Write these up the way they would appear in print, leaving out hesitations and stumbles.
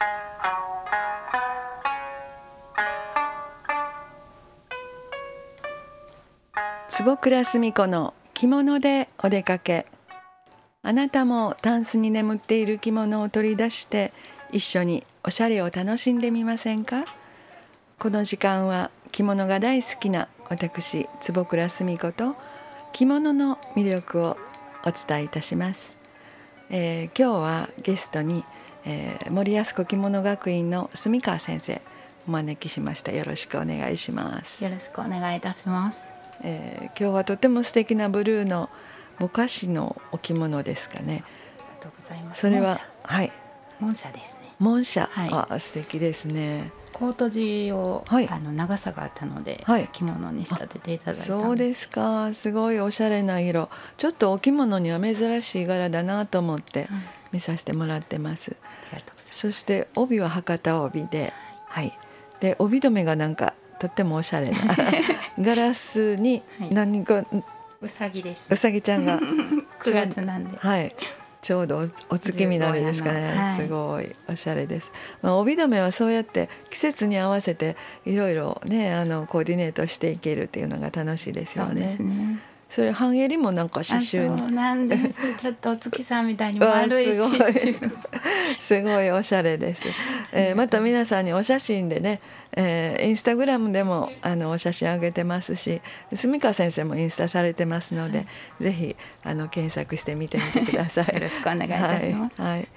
坪倉澄子の着物でお出かけ。あなたもタンスに眠っている着物を取り出して一緒におしゃれを楽しんでみませんか。この時間は着物が大好きな私坪倉澄子と着物の魅力をお伝えいたします。今日はゲストに、森安子着物学院の住川先生お招きしました。よろしくお願いします。 よろしくお願いいたします。 今日はとても素敵なブルーのぼかしのお着物ですかね。 ありがとうございます。 それははい紋紗ですね。 紋紗、 はい、 素敵ですね。 コート地を、 はい、 長さがあったので、 はい、 着物に仕立てていただいたんです。 そうですか。すごいおしゃれな色。ちょっとお着物には珍しい柄だなと思って見させてもらってます。 ありがとうございます。 そして帯は博多帯で、はい、で帯留めがなんかとってもおしゃれなガラスに何か、 うさぎです、ね、 うさぎちゃんが 9月なんで、 はい、ちょうどお月見なりですかね、はい、すごいおしゃれです。帯留めはそうやって季節に合わせていろいろねコーディネートしていけるっていうのが楽しいですよね。 そうですね。 それ半襟もなんか刺繍に。 そうなんです。ちょっとお月さんみたいに丸い刺繍すごいおしゃれです。また皆さんにお写真でね、インスタグラムでもお写真上げてますし、住川先生もインスタされてますので、はい、ぜひ検索してみてみてください。 よろしくお願いいたします。 はいはい、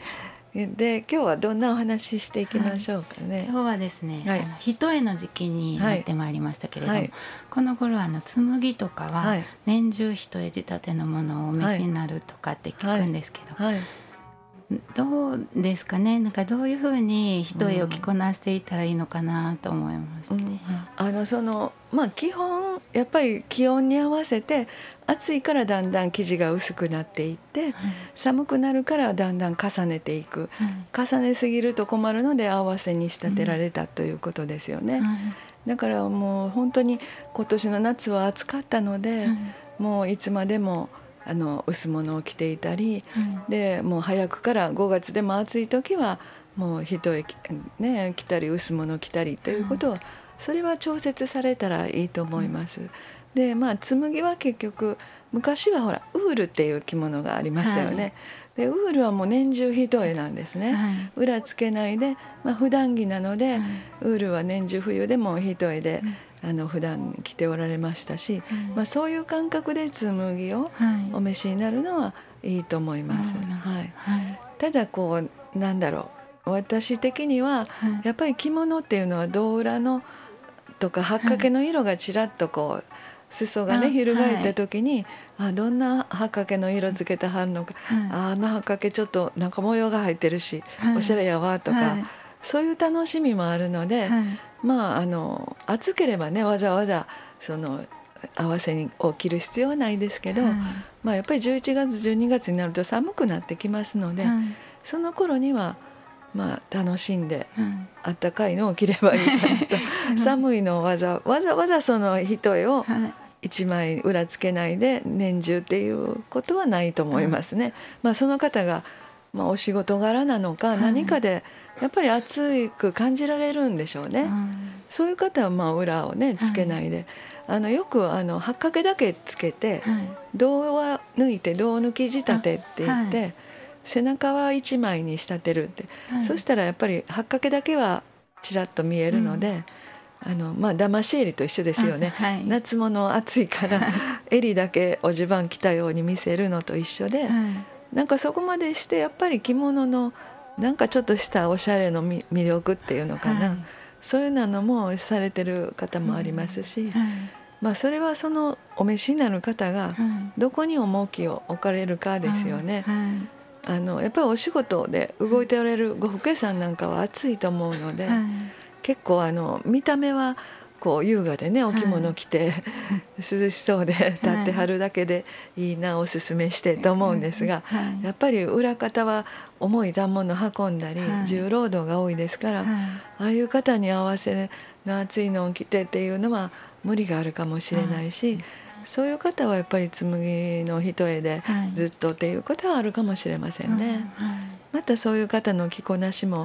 で今日はどんなお話ししていきましょうかね。はい、 今日はですね、 はい、 一重の時期になってまいりましたけれども、 はい、 この頃紬とかは年中一重仕立てのものをお召しになるとかって聞くんですけど、 はいはい、 どうですかね。なんかどういうふうに一重を着こなしていったらいいのかなと思いまして、 基本やっぱり気温に合わせて暑いからだんだん生地が薄くなっていって、はい、寒くなるからだんだん重ねていく、はい、重ねすぎると困るので合わせに仕立てられたということですよね。はい、だからもう本当に今年の夏は暑かったので、はい、もういつまでも薄物を着ていたり、でもう早くから5月でも暑い時はもう一重、着たり薄物着たりということを、それは調節されたらいいと思います。で紬は結局昔はほらウールっていう着物がありましたよね。でウールはもう年中一重なんですね。裏つけないで、普段着なので、ウールは年中冬でも一重で、普段着ておられましたし、そういう感覚で紬をお召しになるのはいいと思います。ただ私的にはやっぱり着物っていうのは胴裏のとか八掛の色がちらっと裾がね翻った時に、どんな八掛の色つけてはるのか、八掛ちょっとなんか模様が入ってるし、おしゃれやわとか、そういう楽しみもあるので、暑ければねわざわざ合わせを着る必要はないですけど、やっぱり11月12月になると寒くなってきますので、その頃には楽しんで、あったかいのを着ればいいかなと寒いのをわざわざその一重を一枚裏つけないで年中っていうことはないと思いますね。その方が、お仕事柄なのか何かでやっぱり暑く感じられるんでしょうね。そういう方は裏をねつけないで、よく八掛だけつけて、胴は抜いて胴抜き仕立てって言って、背中は一枚に仕立てるって、そしたらやっぱり八掛だけはちらっと見えるので、騙し襟と一緒ですよね。夏物暑いから襟だけお襦袢着たように見せるのと一緒で、なんかそこまでしてやっぱり着物のなんかちょっとしたおしゃれの魅力っていうのかな、そういうのもされてる方もありますし、それはそのお召しになる方がどこに重きを置かれるかですよね。やっぱりお仕事で動いておられる呉服屋さんなんかは暑いと思うので、結構見た目は優雅でねお着物着て、涼しそうで立ってはるだけでいいなおすすめしてと思うんですが、やっぱり裏方は重い反物運んだり、重労働が多いですから、ああいう方に合わせの暑いのを着てっていうのは無理があるかもしれないし、そういう方はやっぱり紬の一重でずっとっていうことはあるかもしれませんね。またそういう方の着こなしも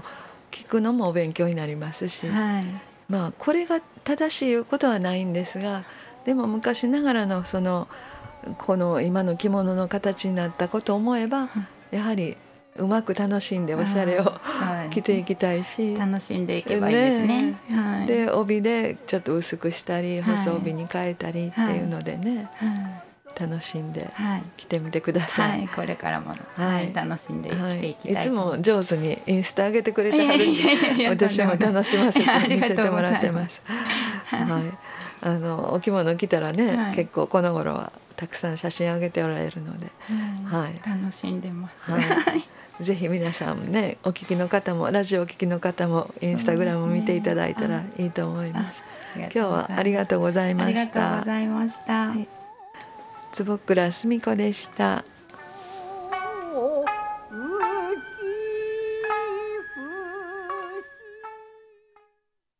聞くのもお勉強になりますし、 はい、 まあこれが正しいことはないんですが、でも昔ながらのこの今の着物の形になったことを思えば、やはりうまく楽しんでおしゃれを着ていきたいし、 楽しんでいけばいいですね。はい、 で帯でちょっと薄くしたり細帯に変えたりっていうのでね、楽しんで着てみてください。 はい、これからも、楽しんで着ていきたい。 いつも上手にインスタ上げてくれてはるし、私も楽しませて見せてもらってます。はい、お着物着たらね、結構この頃はたくさん写真上げておられるので、 楽しんでます。 ぜひ皆さんね、お聞きの方もラジオお聞きの方もインスタグラム見ていただいたらいいと思います。今日はありがとうございました。 ありがとうございました。 坪倉澄子でした。